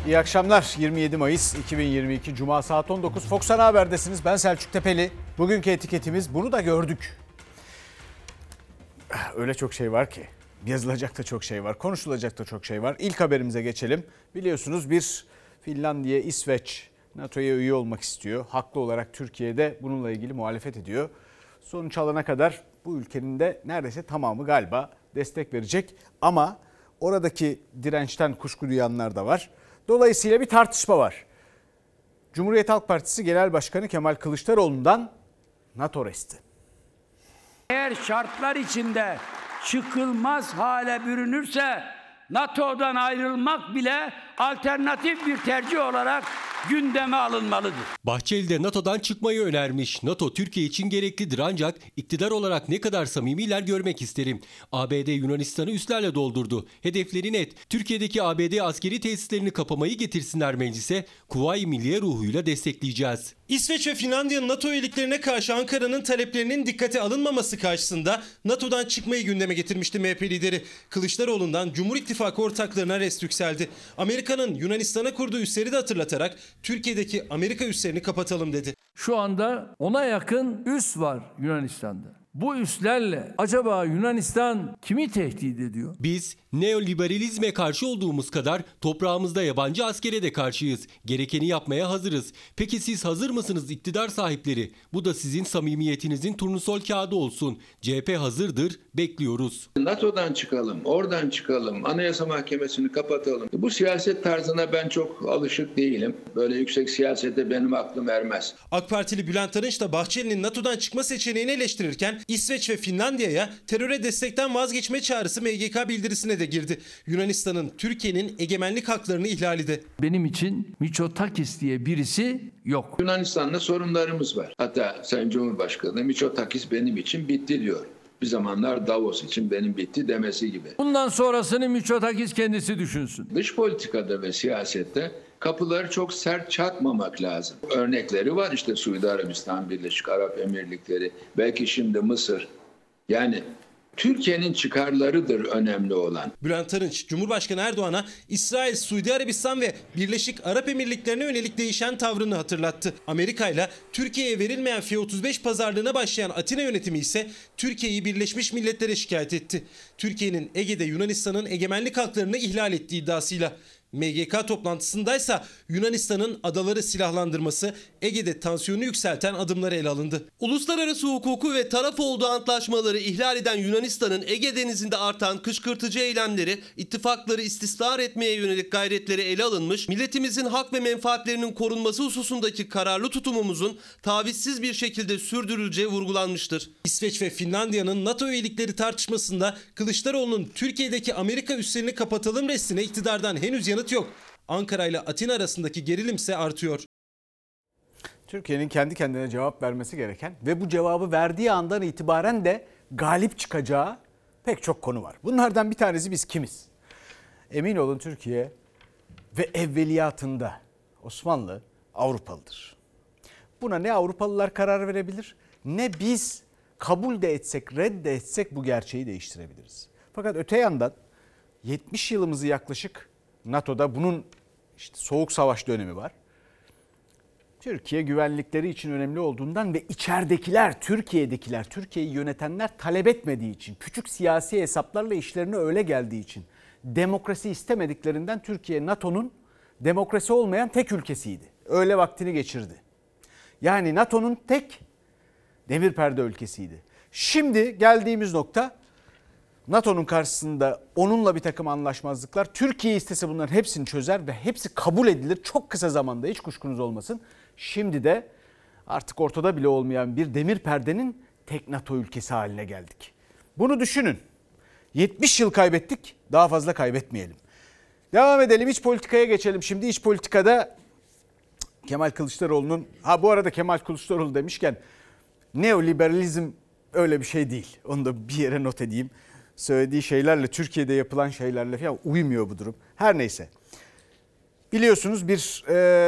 İyi akşamlar. 27 Mayıs 2022 Cuma saat 19 Fox Ana Haber'desiniz. Ben Selçuk Tepeli. Bugünkü etiketimiz bunu da gördük. Öyle çok şey var ki. Yazılacak da çok şey var. Konuşulacak da çok şey var. İlk haberimize geçelim. Biliyorsunuz bir Finlandiya, İsveç NATO'ya üye olmak istiyor. Haklı olarak Türkiye'de bununla ilgili muhalefet ediyor. Sonuç alana kadar bu ülkenin de neredeyse tamamı galiba destek verecek. Ama oradaki dirençten kuşku duyanlar da var. Dolayısıyla bir tartışma var. Cumhuriyet Halk Partisi Genel Başkanı Kemal Kılıçdaroğlu'ndan NATO resti. Eğer şartlar içinde çıkılmaz hale bürünürse NATO'dan ayrılmak bile alternatif bir tercih olarak gündeme alınmalıdır. Bahçeli de NATO'dan çıkmayı önermiş. NATO Türkiye için gereklidir ancak iktidar olarak ne kadar samimiler görmek isterim. ABD Yunanistan'ı üslerle doldurdu. Hedefleri net. Türkiye'deki ABD askeri tesislerini kapamayı getirsinler meclise. Kuvayi Milliye ruhuyla destekleyeceğiz. İsveç ve Finlandiya'nın NATO üyeliklerine karşı Ankara'nın taleplerinin dikkate alınmaması karşısında NATO'dan çıkmayı gündeme getirmişti MHP lideri. Kılıçdaroğlu'ndan Cumhur İttifakı ortaklarına rest yükseldi. Amerika'nın Yunanistan'a kurduğu üsleri de hatırlatarak Türkiye'deki Amerika üslerini kapatalım dedi. Şu anda 10'a yakın üs var Yunanistan'da. Bu üslerle acaba Yunanistan kimi tehdit ediyor? Biz neoliberalizme karşı olduğumuz kadar toprağımızda yabancı askere de karşıyız. Gerekeni yapmaya hazırız. Peki siz hazır mısınız iktidar sahipleri? Bu da sizin samimiyetinizin turnusol kağıdı olsun. CHP hazırdır, bekliyoruz. NATO'dan çıkalım, oradan çıkalım, Anayasa Mahkemesi'ni kapatalım. Bu siyaset tarzına ben çok alışık değilim. Böyle yüksek siyasete benim aklım ermez. AK Partili Bülent Arınç da Bahçeli'nin NATO'dan çıkma seçeneğini eleştirirken İsveç ve Finlandiya'ya teröre destekten vazgeçme çağrısı MGK bildirisine de girdi. Yunanistan'ın Türkiye'nin egemenlik haklarını ihlali de. Benim için Mitsotakis diye birisi yok. Yunanistan'la sorunlarımız var. Hatta Sayın Cumhurbaşkanı Mitsotakis benim için bitti diyor. Bir zamanlar Davos için benim bitti demesi gibi. Bundan sonrasını Mitsotakis kendisi düşünsün. Dış politikada ve siyasette kapıları çok sert çarpmamak lazım. Örnekleri var işte Suudi Arabistan, Birleşik Arap Emirlikleri, belki şimdi Mısır. Yani Türkiye'nin çıkarlarıdır önemli olan. Bülent Arınç, Cumhurbaşkanı Erdoğan'a İsrail, Suudi Arabistan ve Birleşik Arap Emirlikleri'ne yönelik değişen tavrını hatırlattı. Amerika ile Türkiye'ye verilmeyen F-35 pazarlığına başlayan Atina yönetimi ise Türkiye'yi Birleşmiş Milletler'e şikayet etti. Türkiye'nin Ege'de Yunanistan'ın egemenlik haklarını ihlal ettiği iddiasıyla. MGK toplantısındaysa Yunanistan'ın adaları silahlandırması, Ege'de tansiyonu yükselten adımlar ele alındı. Uluslararası hukuku ve taraf olduğu antlaşmaları ihlal eden Yunanistan'ın Ege Denizi'nde artan kışkırtıcı eylemleri, ittifakları istismar etmeye yönelik gayretleri ele alınmış, milletimizin hak ve menfaatlerinin korunması hususundaki kararlı tutumumuzun tavizsiz bir şekilde sürdürüleceği vurgulanmıştır. İsveç ve Finlandiya'nın NATO üyelikleri tartışmasında Kılıçdaroğlu'nun Türkiye'deki Amerika üslerini kapatalım restine iktidardan henüz yanıt yok. Ankara ile Atina arasındaki gerilim ise artıyor. Türkiye'nin kendi kendine cevap vermesi gereken ve bu cevabı verdiği andan itibaren de galip çıkacağı pek çok konu var. Bunlardan bir tanesi biz kimiz? Emin olun Türkiye ve evveliyatında Osmanlı Avrupalıdır. Buna ne Avrupalılar karar verebilir ne biz kabul de etsek, red de etsek bu gerçeği değiştirebiliriz. Fakat öte yandan 70 yılımızı yaklaşık NATO'da bunun işte soğuk savaş dönemi var. Türkiye güvenlikleri için önemli olduğundan ve içeridekiler, Türkiye'dekiler, Türkiye'yi yönetenler talep etmediği için, küçük siyasi hesaplarla işlerine öyle geldiği için, demokrasi istemediklerinden Türkiye NATO'nun demokrasi olmayan tek ülkesiydi. Öyle vaktini geçirdi. Yani NATO'nun tek demir perde ülkesiydi. Şimdi geldiğimiz nokta NATO'nun karşısında onunla bir takım anlaşmazlıklar. Türkiye istese bunların hepsini çözer ve hepsi kabul edilir çok kısa zamanda, hiç kuşkunuz olmasın. Şimdi de artık ortada bile olmayan bir demir perdenin tek NATO ülkesi haline geldik. Bunu düşünün. 70 yıl kaybettik, daha fazla kaybetmeyelim. Devam edelim, iç politikaya geçelim. Şimdi iç politikada Kemal Kılıçdaroğlu'nun, bu arada Kemal Kılıçdaroğlu demişken neoliberalizm öyle bir şey değil. Onu da bir yere not edeyim. Söylediği şeylerle, Türkiye'de yapılan şeylerle falan uymuyor bu durum. Her neyse. Biliyorsunuz bir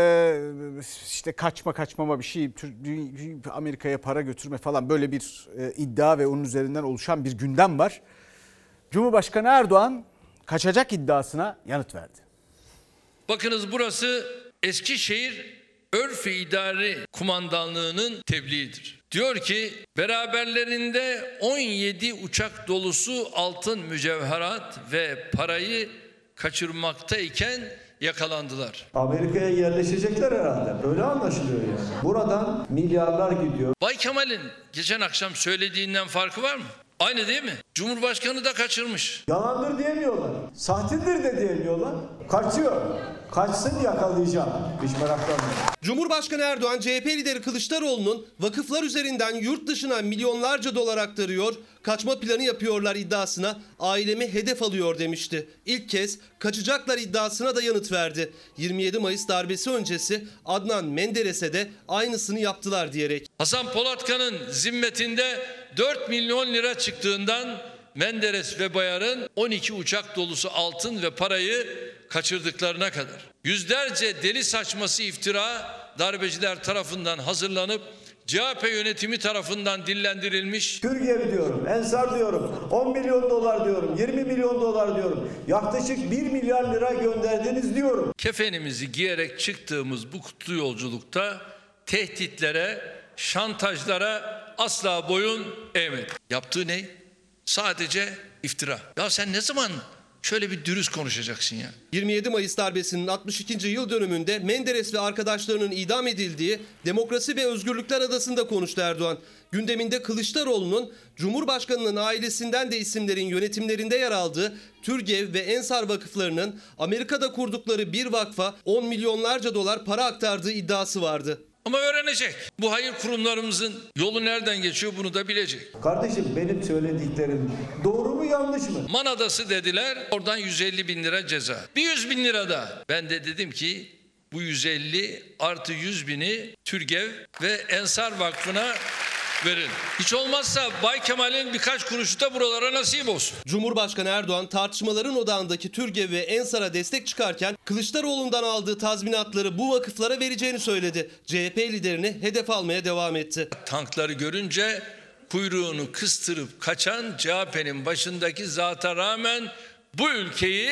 işte kaçmama bir şey, Amerika'ya para götürme falan böyle bir iddia ve onun üzerinden oluşan bir gündem var. Cumhurbaşkanı Erdoğan kaçacak iddiasına yanıt verdi. Bakınız burası Eskişehir Örf-i İdari Kumandanlığı'nın tebliğidir. Diyor ki beraberlerinde 17 uçak dolusu altın mücevherat ve parayı kaçırmaktayken yakalandılar. Amerika'ya yerleşecekler herhalde. Öyle anlaşılıyor yani. Buradan milyarlar gidiyor. Bay Kemal'in geçen akşam söylediğinden farkı var mı? Aynı değil mi? Cumhurbaşkanı da kaçırmış. Yalandır diyemiyorlar. Sahtedir de diyemiyorlar. Kaçıyor. Kaçsın yakalayacağım. Hiç meraklanmayın. Cumhurbaşkanı Erdoğan, CHP lideri Kılıçdaroğlu'nun vakıflar üzerinden yurt dışına milyonlarca dolar aktarıyor, kaçma planı yapıyorlar iddiasına ailemi hedef alıyor demişti. İlk kez kaçacaklar iddiasına da yanıt verdi. 27 Mayıs darbesi öncesi Adnan Menderes'e de aynısını yaptılar diyerek. Hasan Polatkan'ın zimmetinde 4 milyon lira çıktığından Menderes ve Bayar'ın 12 uçak dolusu altın ve parayı kaçırdıklarına kadar. Yüzlerce deli saçması iftira darbeciler tarafından hazırlanıp CHP yönetimi tarafından dillendirilmiş. Türkiye diyorum, Ensar diyorum, 10 milyon dolar diyorum, 20 milyon dolar diyorum. Yaklaşık 1 milyar lira gönderdiniz diyorum. Kefenimizi giyerek çıktığımız bu kutlu yolculukta tehditlere, şantajlara asla boyun eğmedi. Yaptığı ne? Sadece iftira. Ya sen ne zaman şöyle bir dürüst konuşacaksın ya? 27 Mayıs darbesinin 62. yıl dönümünde Menderes ve arkadaşlarının idam edildiği Demokrasi ve Özgürlükler Adası'nda konuştu Erdoğan. Gündeminde Kılıçdaroğlu'nun Cumhurbaşkanı'nın ailesinden de isimlerin yönetimlerinde yer aldığı Türgev ve Ensar vakıflarının Amerika'da kurdukları bir vakfa 10 milyonlarca dolar para aktardığı iddiası vardı. Ama öğrenecek. Bu hayır kurumlarımızın yolu nereden geçiyor bunu da bilecek. Kardeşim benim söylediklerim doğru mu yanlış mı? Man Adası dediler, oradan 150 bin lira ceza. Bir 100 bin lira da. Ben de dedim ki bu 150 artı 100 bini Türgev ve Ensar Vakfı'na verin. Hiç olmazsa Bay Kemal'in birkaç kuruşu da buralara nasip olsun. Cumhurbaşkanı Erdoğan tartışmaların odağındaki Türgev ve Ensar'a destek çıkarken Kılıçdaroğlu'ndan aldığı tazminatları bu vakıflara vereceğini söyledi. CHP liderini hedef almaya devam etti. Tankları görünce kuyruğunu kıstırıp kaçan CHP'nin başındaki zata rağmen bu ülkeyi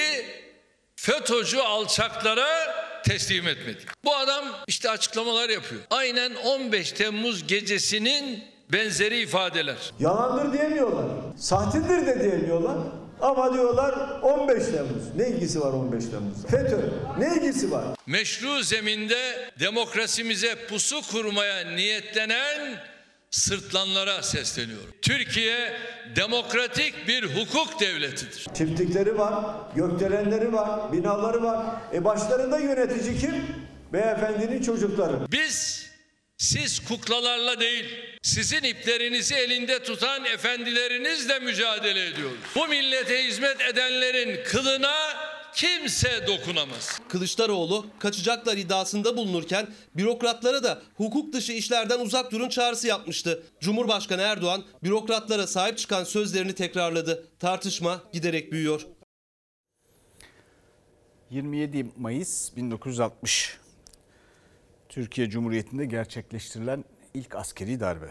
FETÖ'cü alçaklara teslim etmedi. Bu adam işte açıklamalar yapıyor. Aynen 15 Temmuz gecesinin benzeri ifadeler. Yalandır diyemiyorlar. Sahtedir de diyemiyorlar. Ama diyorlar 15 Temmuz. Ne ilgisi var 15 Temmuz? FETÖ. Ne ilgisi var? Meşru zeminde demokrasimize pusu kurmaya niyetlenen sırtlanlara sesleniyorum. Türkiye demokratik bir hukuk devletidir. Çiftlikleri var, gökdelenleri var, binaları var. Başlarında yönetici kim? Beyefendinin çocukları. Siz kuklalarla değil, sizin iplerinizi elinde tutan efendilerinizle mücadele ediyoruz. Bu millete hizmet edenlerin kılına kimse dokunamaz. Kılıçdaroğlu kaçacaklar iddiasında bulunurken bürokratlara da hukuk dışı işlerden uzak durun çağrısı yapmıştı. Cumhurbaşkanı Erdoğan bürokratlara sahip çıkan sözlerini tekrarladı. Tartışma giderek büyüyor. 27 Mayıs 1960 Türkiye Cumhuriyeti'nde gerçekleştirilen ilk askeri darbe.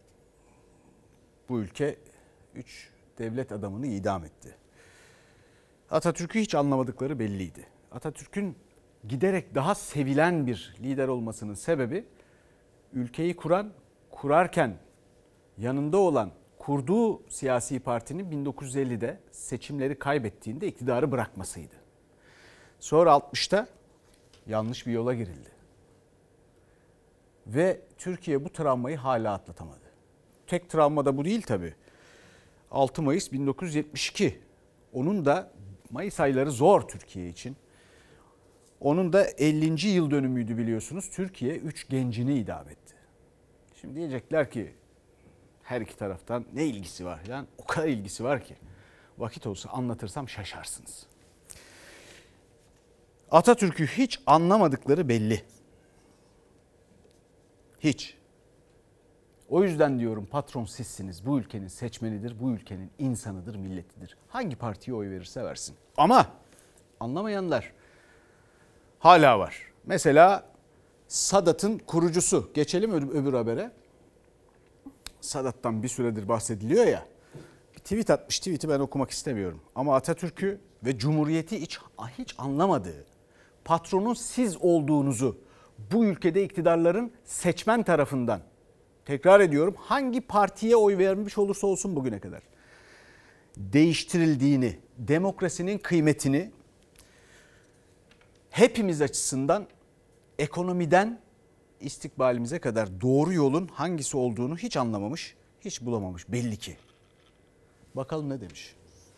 Bu ülke 3 devlet adamını idam etti. Atatürk'ü hiç anlamadıkları belliydi. Atatürk'ün giderek daha sevilen bir lider olmasının sebebi ülkeyi kurarken yanında olan kurduğu siyasi partinin 1950'de seçimleri kaybettiğinde iktidarı bırakmasıydı. Sonra 60'ta yanlış bir yola girildi. Ve Türkiye bu travmayı hala atlatamadı. Tek travma da bu değil tabii. 6 Mayıs 1972. Onun da Mayıs ayları zor Türkiye için. Onun da 50. yıl dönümüydü biliyorsunuz. Türkiye 3 gencini idam etti. Şimdi diyecekler ki her iki taraftan ne ilgisi var? Yani o kadar ilgisi var ki. Vakit olsa anlatırsam şaşarsınız. Atatürk'ü hiç anlamadıkları belli. Hiç. O yüzden diyorum patron sizsiniz. Bu ülkenin seçmenidir, bu ülkenin insanıdır, milletidir. Hangi partiye oy verirse versin. Ama anlamayanlar hala var. Mesela Sadat'ın kurucusu. Geçelim öbür habere. Sadat'tan bir süredir bahsediliyor ya. Bir tweet atmış. Tweet'i ben okumak istemiyorum. Ama Atatürk'ü ve Cumhuriyeti hiç anlamadığı, patronun siz olduğunuzu bu ülkede iktidarların seçmen tarafından, tekrar ediyorum, hangi partiye oy vermiş olursa olsun bugüne kadar değiştirildiğini, demokrasinin kıymetini hepimiz açısından ekonomiden istikbalimize kadar doğru yolun hangisi olduğunu hiç anlamamış, hiç bulamamış belli ki. Bakalım ne demiş?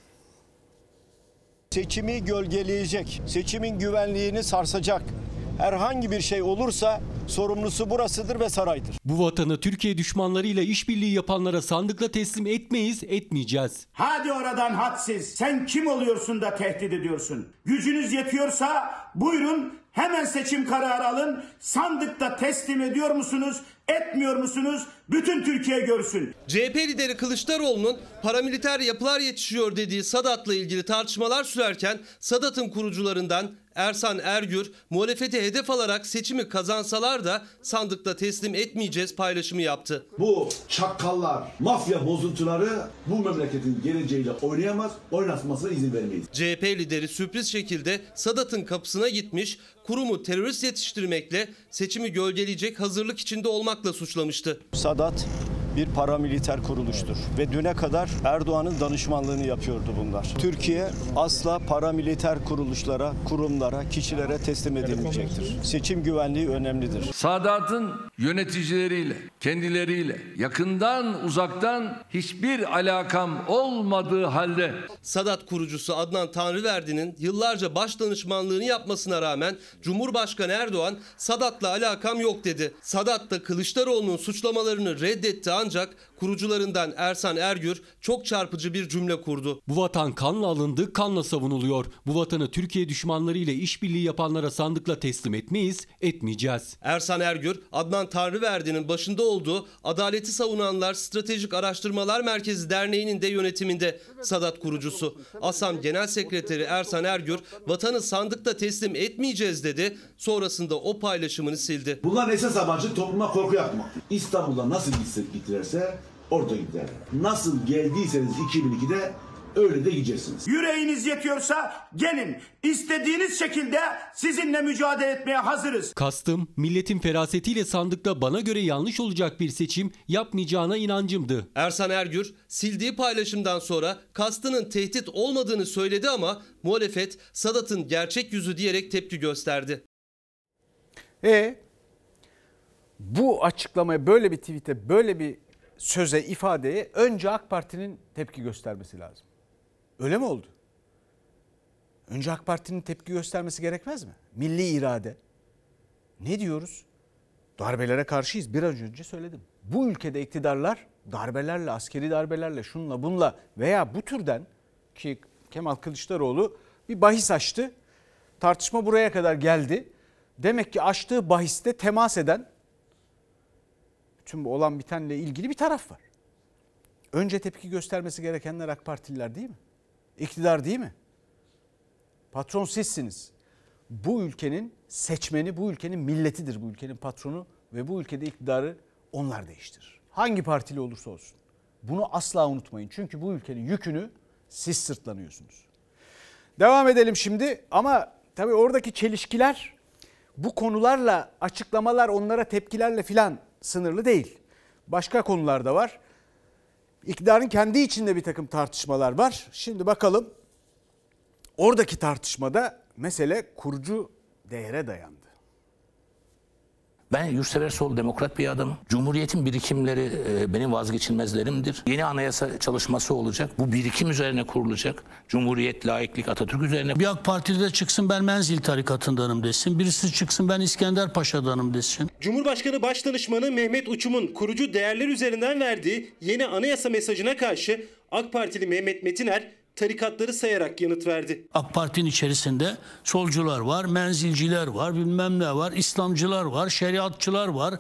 Seçimi gölgeleyecek, seçimin güvenliğini sarsacak herhangi bir şey olursa sorumlusu burasıdır ve saraydır. Bu vatanı Türkiye düşmanlarıyla işbirliği yapanlara sandıkla teslim etmeyiz, etmeyeceğiz. Hadi oradan hadsiz. Sen kim oluyorsun da tehdit ediyorsun? Gücünüz yetiyorsa buyurun hemen seçim kararı alın. Sandıkta teslim ediyor musunuz, etmiyor musunuz? Bütün Türkiye görsün. CHP lideri Kılıçdaroğlu'nun paramiliter yapılar yetişiyor dediği Sadat'la ilgili tartışmalar sürerken Sadat'ın kurucularından Ersan Ergür muhalefeti hedef alarak seçimi kazansalar da sandıkta teslim etmeyeceğiz paylaşımı yaptı. Bu çakallar, mafya bozuntuları bu memleketin geleceğiyle oynayamaz, oynatmasına izin vermeyiz. CHP lideri sürpriz şekilde Sadat'ın kapısına gitmiş, kurumu terörist yetiştirmekle seçimi gölgeleyecek hazırlık içinde olmakla suçlamıştı. Sadat bir paramiliter kuruluştur ve düne kadar Erdoğan'ın danışmanlığını yapıyordu bunlar. Türkiye asla paramiliter kuruluşlara, kurumlara, kişilere teslim edilmeyecektir. Seçim güvenliği önemlidir. Sadat'ın yöneticileriyle, kendileriyle yakından uzaktan hiçbir alakam olmadığı halde Sadat kurucusu Adnan Tanrıverdi'nin yıllarca baş danışmanlığını yapmasına rağmen Cumhurbaşkanı Erdoğan Sadat'la alakam yok dedi. Sadat da Kılıçdaroğlu'nun suçlamalarını reddetti ancak kurucularından Ersan Ergür çok çarpıcı bir cümle kurdu. Bu vatan kanla alındı, kanla savunuluyor. Bu vatanı Türkiye düşmanlarıyla işbirliği yapanlara sandıkla teslim etmeyiz, etmeyeceğiz. Ersan Ergür, Adnan Tanrıverdi'nin başında olduğu Adaleti Savunanlar Stratejik Araştırmalar Merkezi Derneği'nin de yönetiminde Sadat kurucusu. ASAM Genel Sekreteri Ersan Ergür, vatanı sandıkta teslim etmeyeceğiz dedi. Sonrasında o paylaşımını sildi. Bunların esas amacı topluma korku yapmak. İstanbul'da nasıl gittilerse orada gider. Nasıl geldiyseniz 2002'de öyle de gideceksiniz. Yüreğiniz yetiyorsa gelin. İstediğiniz şekilde sizinle mücadele etmeye hazırız. Kastım, milletin ferasetiyle sandıkta bana göre yanlış olacak bir seçim yapmayacağına inancımdı. Ersan Ergür sildiği paylaşımdan sonra kastının tehdit olmadığını söyledi ama muhalefet Sadat'ın gerçek yüzü diyerek tepki gösterdi. Bu açıklamaya, böyle bir tweet'e, böyle bir söze, ifadeye önce AK Parti'nin tepki göstermesi lazım. Öyle mi oldu? Önce AK Parti'nin tepki göstermesi gerekmez mi? Milli irade. Ne diyoruz? Darbelere karşıyız. Biraz önce söyledim. Bu ülkede iktidarlar darbelerle, askeri darbelerle, şunla bunla veya bu türden, ki Kemal Kılıçdaroğlu bir bahis açtı. Tartışma buraya kadar geldi. Demek ki açtığı bahiste temas eden, bütün bu olan bitenle ilgili bir taraf var. Önce tepki göstermesi gerekenler AK Partililer değil mi? İktidar değil mi? Patron sizsiniz. Bu ülkenin seçmeni, bu ülkenin milletidir, bu ülkenin patronu ve bu ülkede iktidarı onlar değiştirir. Hangi partili olursa olsun. Bunu asla unutmayın. Çünkü bu ülkenin yükünü siz sırtlanıyorsunuz. Devam edelim şimdi ama tabii oradaki çelişkiler bu konularla, açıklamalar, onlara tepkilerle filan sınırlı değil. Başka konular da var. İktidarın kendi içinde bir takım tartışmalar var. Şimdi bakalım, oradaki tartışmada mesele kurucu değere dayandı. Ben yurtsever sol demokrat bir adamım. Cumhuriyetin birikimleri benim vazgeçilmezlerimdir. Yeni anayasa çalışması olacak. Bu birikim üzerine kurulacak. Cumhuriyet, laiklik, Atatürk üzerine. Bir AK Partili de çıksın ben Menzil tarikatındanım desin. Birisi çıksın ben İskender Paşa'danım desin. Cumhurbaşkanı Başdanışmanı Mehmet Uçum'un kurucu değerler üzerinden verdiği yeni anayasa mesajına karşı AK Partili Mehmet Metiner tarikatları sayarak yanıt verdi. AK Parti'nin içerisinde solcular var, menzilciler var, bilmem ne var, İslamcılar var, şeriatçılar var.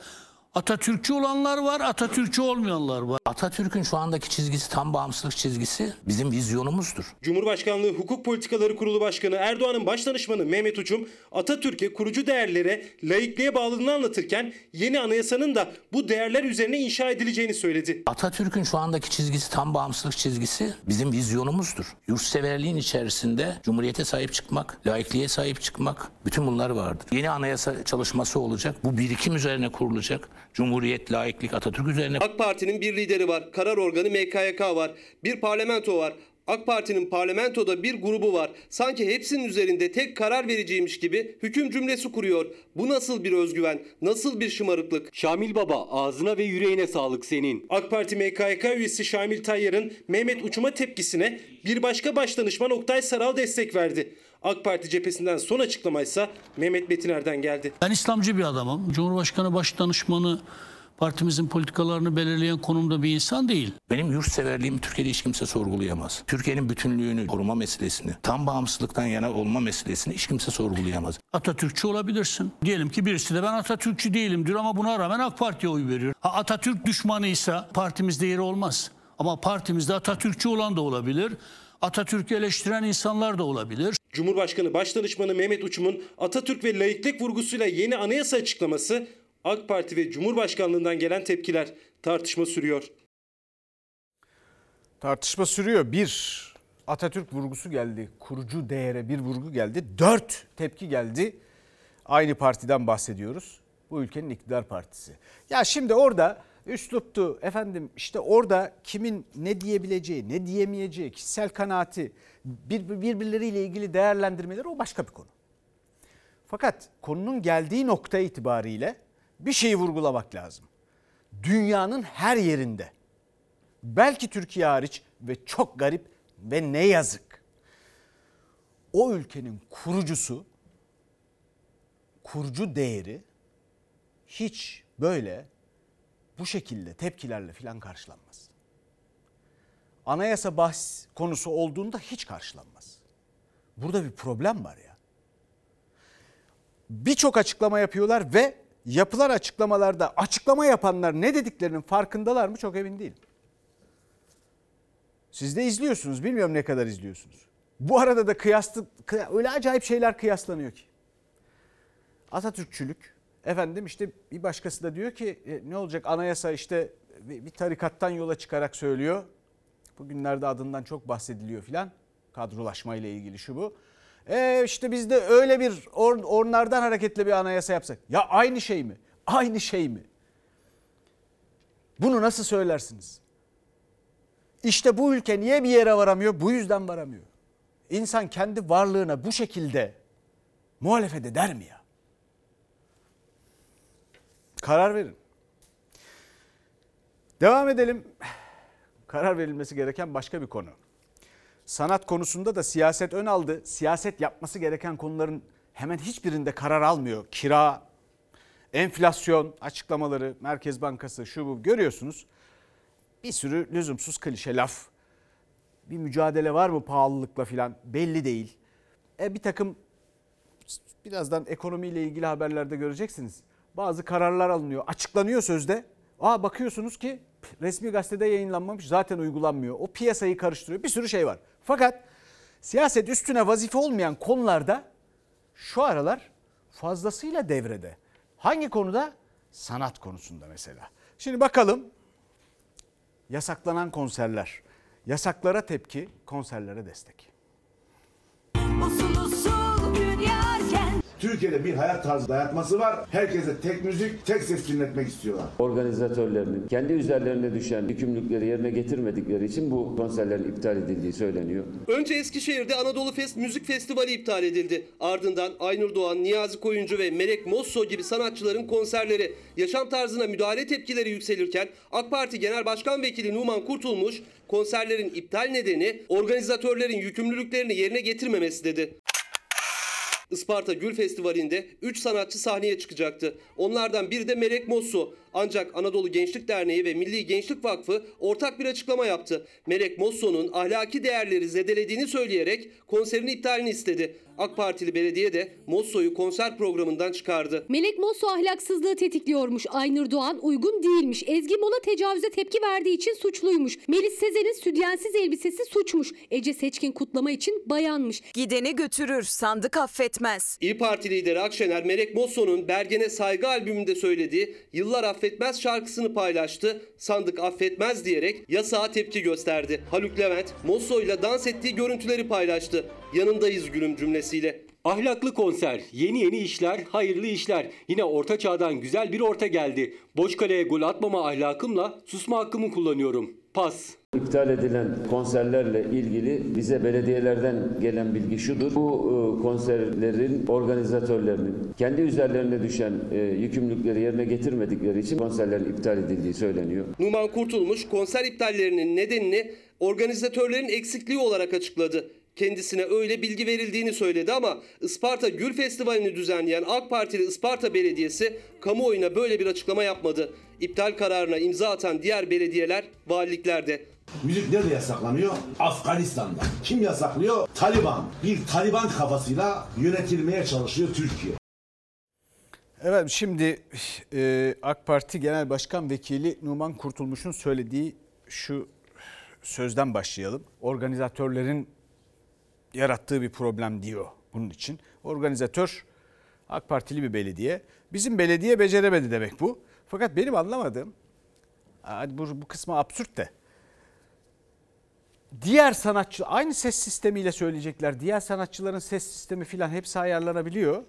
Atatürkçü olanlar var, Atatürkçü olmayanlar var. Atatürk'ün şu andaki çizgisi tam bağımsızlık çizgisi bizim vizyonumuzdur. Cumhurbaşkanlığı Hukuk Politikaları Kurulu Başkanı Erdoğan'ın başdanışmanı Mehmet Uçum, Atatürk'e kurucu değerlere, laikliğe bağlılığını anlatırken yeni anayasanın da bu değerler üzerine inşa edileceğini söyledi. Atatürk'ün şu andaki çizgisi tam bağımsızlık çizgisi bizim vizyonumuzdur. Yurtseverliğin içerisinde Cumhuriyete sahip çıkmak, laikliğe sahip çıkmak, bütün bunlar vardır. Yeni anayasa çalışması olacak. Bu birikim üzerine kurulacak. Cumhuriyet, laiklik, Atatürk üzerine. AK Parti'nin bir lideri var, karar organı MKYK var, bir parlamento var. AK Parti'nin parlamentoda bir grubu var. Sanki hepsinin üzerinde tek karar vericiymiş gibi hüküm cümlesi kuruyor. Bu nasıl bir özgüven, nasıl bir şımarıklık? Şamil Baba, ağzına ve yüreğine sağlık senin. AK Parti MKYK üyesi Şamil Tayyar'ın Mehmet Uçum'a tepkisine bir başka başdanışman Oktay Saral destek verdi. AK Parti cephesinden son açıklamaysa Mehmet Betiner'den geldi. Ben İslamcı bir adamım. Cumhurbaşkanı başdanışmanı partimizin politikalarını belirleyen konumda bir insan değil. Benim yurtseverliğimi Türkiye'de hiç kimse sorgulayamaz. Türkiye'nin bütünlüğünü koruma meselesini, tam bağımsızlıktan yana olma meselesini hiç kimse sorgulayamaz. Atatürkçü olabilirsin. Diyelim ki birisi de ben Atatürkçü değilim diyor ama buna rağmen AK Parti'ye oy veriyor. Atatürk düşmanıysa partimizde yeri olmaz. Ama partimizde Atatürkçü olan da olabilir. Atatürk'ü eleştiren insanlar da olabilir. Cumhurbaşkanı Başdanışmanı Mehmet Uçum'un Atatürk ve laiklik vurgusuyla yeni anayasa açıklaması, AK Parti ve Cumhurbaşkanlığından gelen tepkiler, tartışma sürüyor. Tartışma sürüyor. Bir, Atatürk vurgusu geldi. Kurucu değere bir vurgu geldi. 4 tepki geldi. Aynı partiden bahsediyoruz. Bu ülkenin iktidar partisi. Ya şimdi orada üsluptu efendim, işte orada kimin ne diyebileceği, ne diyemeyeceği, kişisel kanaati, birbirleriyle ilgili değerlendirmeleri, o başka bir konu. Fakat konunun geldiği nokta itibariyle bir şeyi vurgulamak lazım. Dünyanın her yerinde, belki Türkiye hariç ve çok garip ve ne yazık, o ülkenin kurucusu, kurucu değeri hiç böyle bu şekilde tepkilerle filan karşılanmaz. Anayasa bahs konusu olduğunda hiç karşılanmaz. Burada bir problem var ya. Birçok açıklama yapıyorlar ve yapılan açıklamalarda açıklama yapanlar ne dediklerinin farkındalar mı çok emin değilim. Siz de izliyorsunuz, bilmiyorum ne kadar izliyorsunuz. Bu arada da öyle acayip şeyler kıyaslanıyor ki. Atatürkçülük, efendim işte bir başkası da diyor ki ne olacak, anayasa işte bir tarikattan yola çıkarak söylüyor. Bugünlerde adından çok bahsediliyor filan, kadrolaşma ile ilgili şu bu. İşte biz de öyle bir onlardan hareketle bir anayasa yapsak. Ya aynı şey mi? Aynı şey mi? Bunu nasıl söylersiniz? İşte bu ülke niye bir yere varamıyor? Bu yüzden varamıyor. İnsan kendi varlığına bu şekilde muhalefet eder mi ya? Karar verin. Devam edelim. Karar verilmesi gereken başka bir konu. Sanat konusunda da siyaset ön aldı. Siyaset yapması gereken konuların hemen hiçbirinde karar almıyor. Kira, enflasyon açıklamaları, Merkez Bankası, şu bu görüyorsunuz. Bir sürü lüzumsuz klişe laf. Bir mücadele var mı pahalılıkla filan belli değil. Bir takım, birazdan ekonomiyle ilgili haberlerde göreceksiniz. Bazı kararlar alınıyor, açıklanıyor sözde. Bakıyorsunuz ki resmi gazetede yayınlanmamış, zaten uygulanmıyor. O piyasayı karıştırıyor, bir sürü şey var. Fakat siyaset üstüne vazife olmayan konularda şu aralar fazlasıyla devrede. Hangi konuda? Sanat konusunda mesela. Şimdi bakalım, yasaklanan konserler. Yasaklara tepki, konserlere destek. Türkiye'de bir hayat tarzı dayatması var. Herkese tek müzik, tek ses dinletmek istiyorlar. Organizatörlerinin kendi üzerlerine düşen yükümlülükleri yerine getirmedikleri için bu konserlerin iptal edildiği söyleniyor. Önce Eskişehir'de Anadolu Fest Müzik Festivali iptal edildi. Ardından Aynur Doğan, Niyazi Koyuncu ve Melek Mosso gibi sanatçıların konserleri, yaşam tarzına müdahale tepkileri yükselirken AK Parti Genel Başkan Vekili Numan Kurtulmuş, konserlerin iptal nedeni organizatörlerin yükümlülüklerini yerine getirmemesi dedi. Isparta Gül Festivali'nde 3 sanatçı sahneye çıkacaktı. Onlardan biri de Melek Mosso. Ancak Anadolu Gençlik Derneği ve Milli Gençlik Vakfı ortak bir açıklama yaptı. Melek Mosso'nun ahlaki değerleri zedelediğini söyleyerek konserin iptalini istedi. AK Partili belediye de Mosso'yu konser programından çıkardı. Melek Mosso ahlaksızlığı tetikliyormuş. Aynur Doğan uygun değilmiş. Ezgi Mola tecavüze tepki verdiği için suçluymuş. Melis Sezer'in sütyensiz elbisesi suçmuş. Ece Seçkin kutlama için bayanmış. Gideni götürür, sandık affetmez. İYİ Parti lideri Akşener, Melek Mosso'nun Bergen'e Saygı albümünde söylediği Yıllar Affetmez şarkısını paylaştı. Sandık affetmez diyerek yasağa tepki gösterdi. Haluk Levent, Mosso ile dans ettiği görüntüleri paylaştı. Yanındayız gülüm cümlesiyle. Ahlaklı konser, yeni işler, hayırlı işler. Yine orta çağdan güzel bir orta geldi. Boş kaleye gol atmama ahlakımla susma hakkımı kullanıyorum. Pas. İptal edilen konserlerle ilgili bize belediyelerden gelen bilgi şudur. Bu konserlerin organizatörlerinin kendi üzerlerine düşen yükümlülükleri yerine getirmedikleri için konserlerin iptal edildiği söyleniyor. Numan Kurtulmuş konser iptallerinin nedenini organizatörlerin eksikliği olarak açıkladı. Kendisine öyle bilgi verildiğini söyledi ama Isparta Gül Festivali'ni düzenleyen AK Partili Isparta Belediyesi kamuoyuna böyle bir açıklama yapmadı. İptal kararına imza atan diğer belediyeler valiliklerde. Müzik nerede yasaklanıyor? Afganistan'da. Kim yasaklıyor? Taliban. Bir Taliban kafasıyla yönetilmeye çalışıyor Türkiye. Evet, şimdi AK Parti Genel Başkan Vekili Numan Kurtulmuş'un söylediği şu sözden başlayalım. Organizatörlerin yarattığı bir problem diyor bunun için. Organizatör AK Partili bir belediye. Bizim belediye beceremedi demek bu. Fakat benim anlamadığım, bu kısmı absürt de. Diğer sanatçı aynı ses sistemiyle söyleyecekler. Diğer sanatçıların ses sistemi filan hepsi ayarlanabiliyor.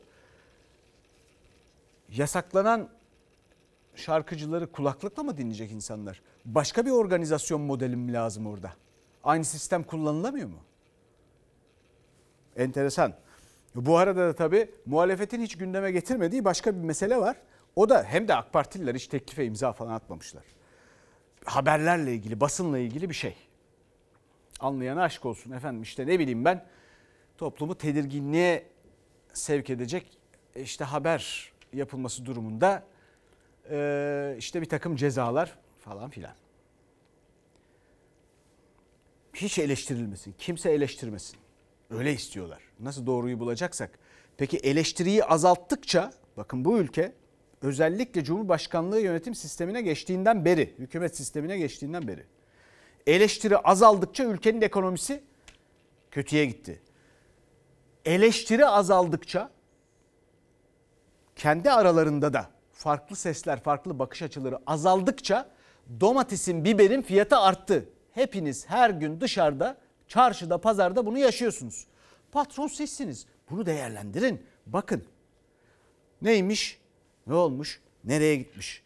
Yasaklanan şarkıcıları kulaklıkla mı dinleyecek insanlar? Başka bir organizasyon modeli mi lazım orada? Aynı sistem kullanılamıyor mu? Enteresan. Bu arada da tabii muhalefetin hiç gündeme getirmediği başka bir mesele var. O da hem de AK Partililer hiç teklife imza falan atmamışlar. Haberlerle ilgili, basınla ilgili bir şey. Anlayana aşk olsun efendim, işte ne bileyim ben, toplumu tedirginliğe sevk edecek işte haber yapılması durumunda işte bir takım cezalar falan filan. Hiç eleştirilmesin, kimse eleştirmesin. Öyle istiyorlar. Nasıl doğruyu bulacaksak. Peki eleştiriyi azalttıkça, bakın bu ülke özellikle Cumhurbaşkanlığı yönetim sistemine geçtiğinden beri, hükümet sistemine geçtiğinden beri eleştiri azaldıkça ülkenin ekonomisi kötüye gitti. Eleştiri azaldıkça kendi aralarında da farklı sesler, farklı bakış açıları azaldıkça domatesin, biberin fiyatı arttı. Hepiniz her gün dışarıda, çarşıda, pazarda bunu yaşıyorsunuz. Patron sizsiniz. Bunu değerlendirin. Bakın neymiş, ne olmuş, nereye gitmiş.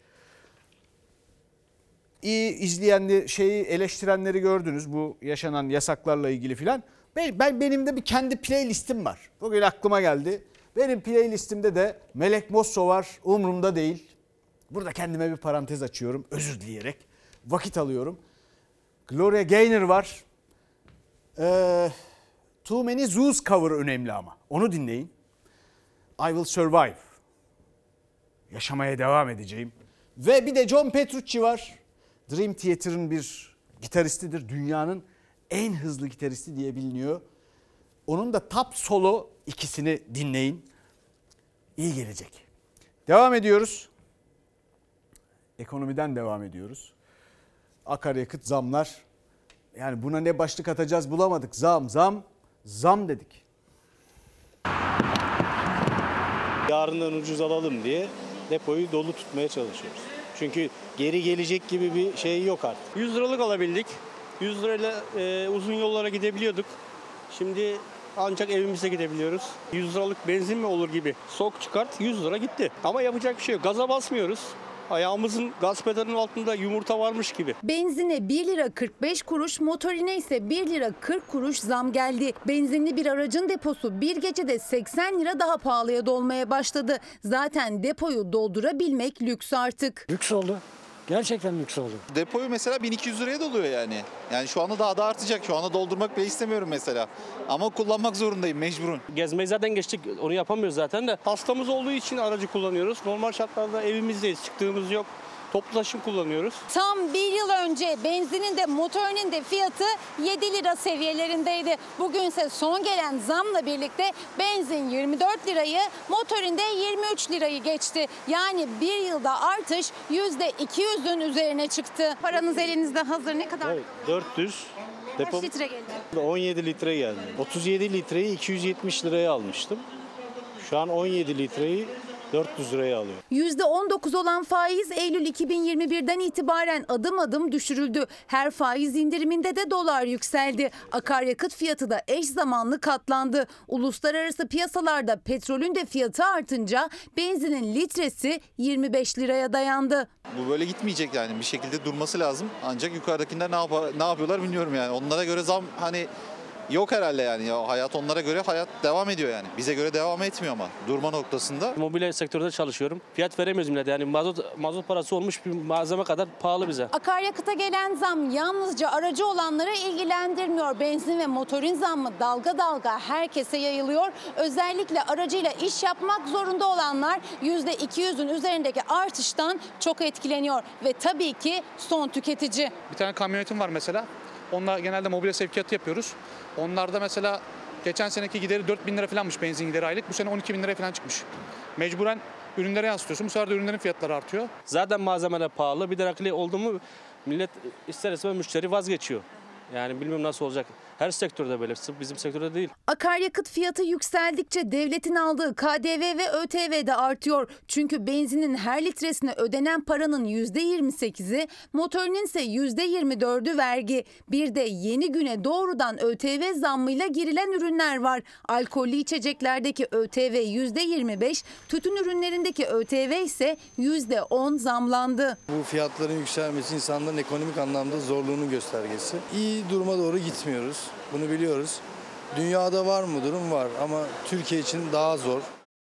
İyi izleyenleri, eleştirenleri gördünüz bu yaşanan yasaklarla ilgili filan. Benim de bir kendi playlistim var. Bugün aklıma geldi. Benim playlistimde de Melek Mosso var. Umurumda değil. Burada kendime bir parantez açıyorum. Özür dileyerek. Vakit alıyorum. Gloria Gaynor var. Too Many Zoos cover önemli ama. Onu dinleyin. I Will Survive. Yaşamaya devam edeceğim. Ve bir de John Petrucci var. Dream Theater'ın bir gitaristidir. Dünyanın en hızlı gitaristi diye biliniyor. Onun da top solo ikisini dinleyin. İyi gelecek. Devam ediyoruz. Ekonomiden devam ediyoruz. Akaryakıt zamlar. Yani buna ne başlık atacağız bulamadık. Zam dedik. Yarından ucuz alalım diye depoyu dolu tutmaya çalışıyoruz. Çünkü geri gelecek gibi bir şey yok artık. 100 liralık alabildik. 100 lirayla uzun yollara gidebiliyorduk. Şimdi ancak evimize gidebiliyoruz. 100 liralık benzin mi olur gibi. Sok çıkart 100 lira gitti. Ama yapacak bir şey yok. Gaza basmıyoruz. Ayağımızın gaz pedalının altında yumurta varmış gibi. Benzine 1 lira 45 kuruş, motorine ise 1 lira 40 kuruş zam geldi. Benzinli bir aracın deposu bir gecede 80 lira daha pahalıya dolmaya başladı. Zaten depoyu doldurabilmek lüks artık. Lüks oldu. Gerçekten lüks oldu. Depoyu mesela 1200 liraya doluyor yani. Yani şu anda daha da artacak. Şu anda doldurmak bile istemiyorum mesela. Ama kullanmak zorundayım mecburun. Gezmeyi zaten geçtik. Onu yapamıyoruz zaten de. Hastamız olduğu için aracı kullanıyoruz. Normal şartlarda evimizdeyiz. Çıktığımız yok. Toplu taşım kullanıyoruz. Tam bir yıl önce benzinin de motorinin de fiyatı 7 lira seviyelerindeydi. Bugünse son gelen zamla birlikte benzin 24 lirayı, motorinde 23 lirayı geçti. Yani bir yılda artış %200'ün üzerine çıktı. Paranız elinizde hazır, ne kadar? Evet, 400. Kaç litre geldi? 17 litre geldi. 37 litreyi 270 liraya almıştım. Şu an 17 litreyi 400 liraya alıyor. %19 olan faiz Eylül 2021'den itibaren adım adım düşürüldü. Her faiz indiriminde de dolar yükseldi. Akaryakıt fiyatı da eş zamanlı katlandı. Uluslararası piyasalarda petrolün de fiyatı artınca benzinin litresi 25 liraya dayandı. Bu böyle gitmeyecek yani, bir şekilde durması lazım. Ancak yukarıdakiler ne yapıyorlar bilmiyorum yani. Onlara göre zam yok herhalde yani. Ya hayat onlara göre devam ediyor yani. Bize göre devam etmiyor ama durma noktasında. Mobilya sektöründe çalışıyorum. Fiyat veremiyoruz millete. Yani mazot parası olmuş bir malzeme kadar pahalı bize. Akaryakıta gelen zam yalnızca aracı olanları ilgilendirmiyor. Benzin ve motorin zammı dalga dalga herkese yayılıyor. Özellikle aracıyla iş yapmak zorunda olanlar %200'ün üzerindeki artıştan çok etkileniyor. Ve tabii ki son tüketici. Bir tane kamyonetim var mesela. Onunla genelde mobilya sevkiyatı yapıyoruz. Onlarda mesela geçen seneki gideri 4.000 lira falanmış benzin gideri aylık. Bu sene 12.000 liraya falan çıkmış. Mecburen ürünlere yansıtıyorsun. Bu sefer de ürünlerin fiyatları artıyor. Zaten malzemeler pahalı. Bir de rakli oldu mu millet ister istemez müşteri vazgeçiyor. Yani bilmiyorum nasıl olacak. Her sektörde böyle, sırf bizim sektörde değil. Akaryakıt fiyatı yükseldikçe devletin aldığı KDV ve ÖTV de artıyor. Çünkü benzinin her litresine ödenen paranın %28'i, motorinin ise %24'ü vergi. Bir de yeni güne doğrudan ÖTV zammıyla girilen ürünler var. Alkollü içeceklerdeki ÖTV %25, tütün ürünlerindeki ÖTV ise %10 zamlandı. Bu fiyatların yükselmesi insanların ekonomik anlamda zorluğunun göstergesi. İyi duruma doğru gitmiyoruz. Bunu biliyoruz. Dünyada var mı durum? Var ama Türkiye için daha zor.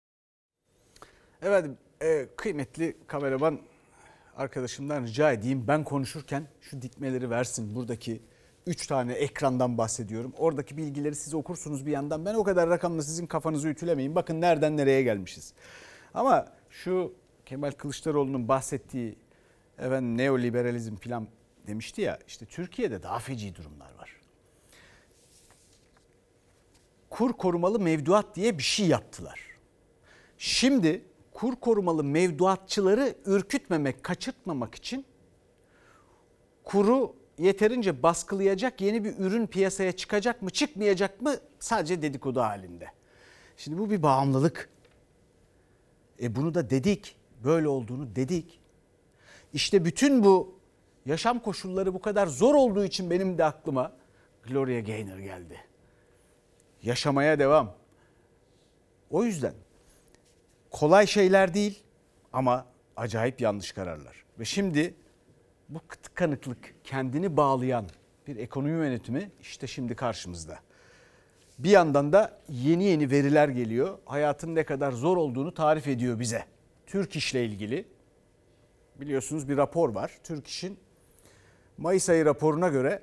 Evet, kıymetli kameraman arkadaşımdan rica edeyim, ben konuşurken şu dikmeleri versin. Buradaki 3 tane ekrandan bahsediyorum. Oradaki bilgileri siz okursunuz bir yandan. Ben o kadar rakamla sizin kafanızı ütülemeyin. Bakın nereden nereye gelmişiz. Ama şu Kemal Kılıçdaroğlu'nun bahsettiği neoliberalizm falan demişti ya, işte Türkiye'de daha feci durumlar var. Kur korumalı mevduat diye bir şey yaptılar. Şimdi kur korumalı mevduatçıları ürkütmemek, kaçırtmamak için kuru yeterince baskılayacak yeni bir ürün piyasaya çıkacak mı, çıkmayacak mı sadece dedikodu halinde. Şimdi bu bir bağımlılık. Bunu da dedik, böyle olduğunu dedik. İşte bütün bu yaşam koşulları bu kadar zor olduğu için benim de aklıma Gloria Gaynor geldi. Yaşamaya devam. O yüzden kolay şeyler değil ama acayip yanlış kararlar. Ve şimdi bu tıkanıklık, kendini bağlayan bir ekonomi yönetimi işte şimdi karşımızda. Bir yandan da yeni veriler geliyor. Hayatın ne kadar zor olduğunu tarif ediyor bize. Türk İş'le ilgili biliyorsunuz bir rapor var. Türk İş'in Mayıs ayı raporuna göre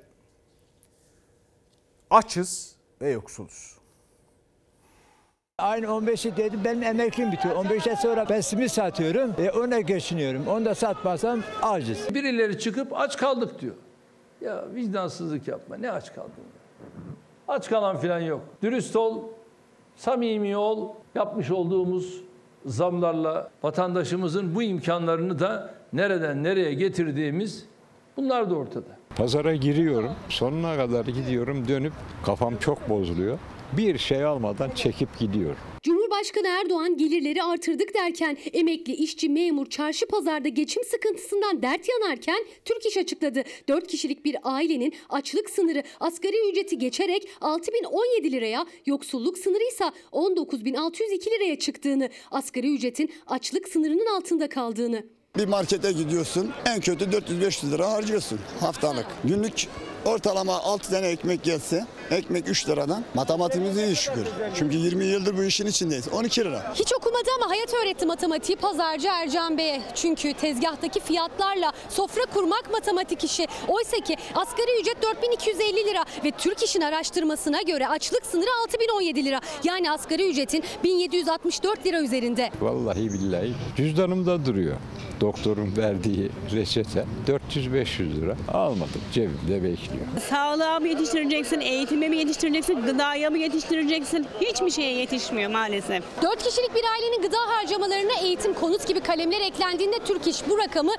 açız ve yoksuluz. Aynı 15'i dedim, benim emeklim bitiyor. 15'ten sonra ben simit satıyorum. Ona geçiniyorum. Onu da satmazsam aciz. Birileri çıkıp aç kaldık diyor. Ya vicdansızlık yapma. Ne aç kaldın? Aç kalan falan yok. Dürüst ol, samimi ol. Yapmış olduğumuz zamlarla vatandaşımızın bu imkanlarını da nereden nereye getirdiğimiz bunlar da ortada. Pazara giriyorum, sonuna kadar gidiyorum, dönüp kafam çok bozuluyor. Bir şey almadan çekip gidiyorum. Cumhurbaşkanı Erdoğan gelirleri artırdık derken emekli, işçi, memur, çarşı pazarda geçim sıkıntısından dert yanarken Türk İş açıkladı. 4 kişilik bir ailenin açlık sınırı asgari ücreti geçerek 6.017 liraya, yoksulluk sınırı ise 19.602 liraya çıktığını, asgari ücretin açlık sınırının altında kaldığını. Bir markete gidiyorsun, en kötü 400-500 lira harcıyorsun haftalık. Günlük Ortalama 6 tane ekmek gelse, ekmek 3 liradan. Matematiğimiz iyi şükür. Çünkü 20 yıldır bu işin içindeyiz. 12 lira. Hiç okumadı ama hayat öğretti matematiği pazarcı Ercan Bey'e. Çünkü tezgahtaki fiyatlarla sofra kurmak matematik işi. Oysa ki asgari ücret 4250 lira ve Türk İş'in araştırmasına göre açlık sınırı 6017 lira. Yani asgari ücretin 1764 lira üzerinde. Vallahi billahi cüzdanımda duruyor. Doktorun verdiği reçete 400-500 lira. Almadım, cebimde bekliyor. Sağlığa mı yetiştireceksin, eğitime mi yetiştireceksin, gıdaya mı yetiştireceksin? Hiçbir şeye yetişmiyor maalesef. 4 kişilik bir ailenin gıda harcamalarına eğitim, konut gibi kalemler eklendiğinde Türk İş bu rakamı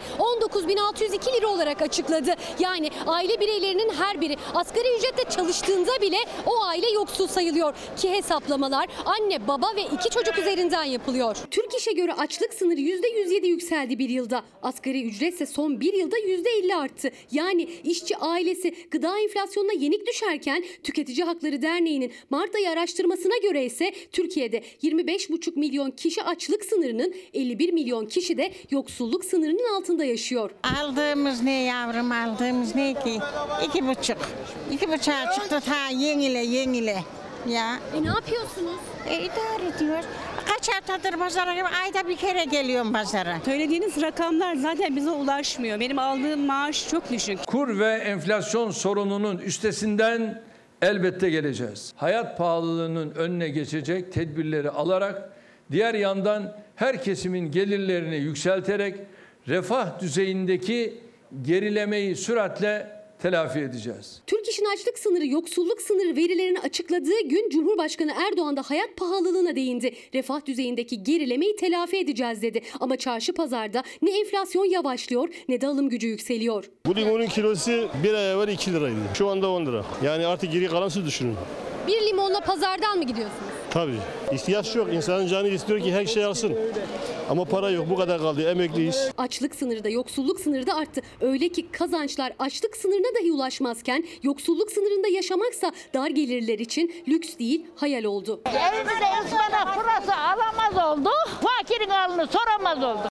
19.602 lira olarak açıkladı. Yani aile bireylerinin her biri asgari ücretle çalıştığında bile o aile yoksul sayılıyor. Ki hesaplamalar anne, baba ve 2 çocuk üzerinden yapılıyor. Türk İş'e göre açlık sınırı %107 yükseldi bir yılda. Asgari ücretse son bir yılda %50 arttı. Yani işçi ailesi gıda enflasyonuna yenik düşerken Tüketici Hakları Derneği'nin Mart ayı araştırmasına göre ise Türkiye'de 25,5 milyon kişi açlık sınırının, 51 milyon kişi de yoksulluk sınırının altında yaşıyor. Aldığımız ne yavrum, aldığımız ne ki? 2,5. 2,5'a çıktı ta yenile. Ya. Ne yapıyorsunuz? İdare ediyor. Kaç haftadır pazara, ayda bir kere geliyorum pazara. Söylediğiniz rakamlar zaten bize ulaşmıyor. Benim aldığım maaş çok düşük. Kur ve enflasyon sorununun üstesinden elbette geleceğiz. Hayat pahalılığının önüne geçecek tedbirleri alarak, diğer yandan her kesimin gelirlerini yükselterek refah düzeyindeki gerilemeyi süratle telafi edeceğiz. Türk İş'in açlık sınırı, yoksulluk sınırı verilerini açıkladığı gün Cumhurbaşkanı Erdoğan da hayat pahalılığına değindi. Refah düzeyindeki gerilemeyi telafi edeceğiz dedi. Ama çarşı pazarda ne enflasyon yavaşlıyor ne de alım gücü yükseliyor. Bu limonun kilosu bir ay evvel 2 liraydı. Şu anda 10 lira. Yani artık geri kalan siz düşünün. Bir limonla pazardan mı gidiyorsunuz? Tabii. İhtiyaç yok. İnsanın canı istiyor ki her şey alsın. Ama para yok. Bu kadar kaldı. Emekliyiz. Açlık sınırı da yoksulluk sınırı da arttı. Öyle ki kazançlar açlık sınırına dahi ulaşmazken yoksulluk sınırında yaşamaksa dar gelirler için lüks değil hayal oldu. Evimizde ıspanak pırası alamaz oldu. Fakirin halini soramaz oldu.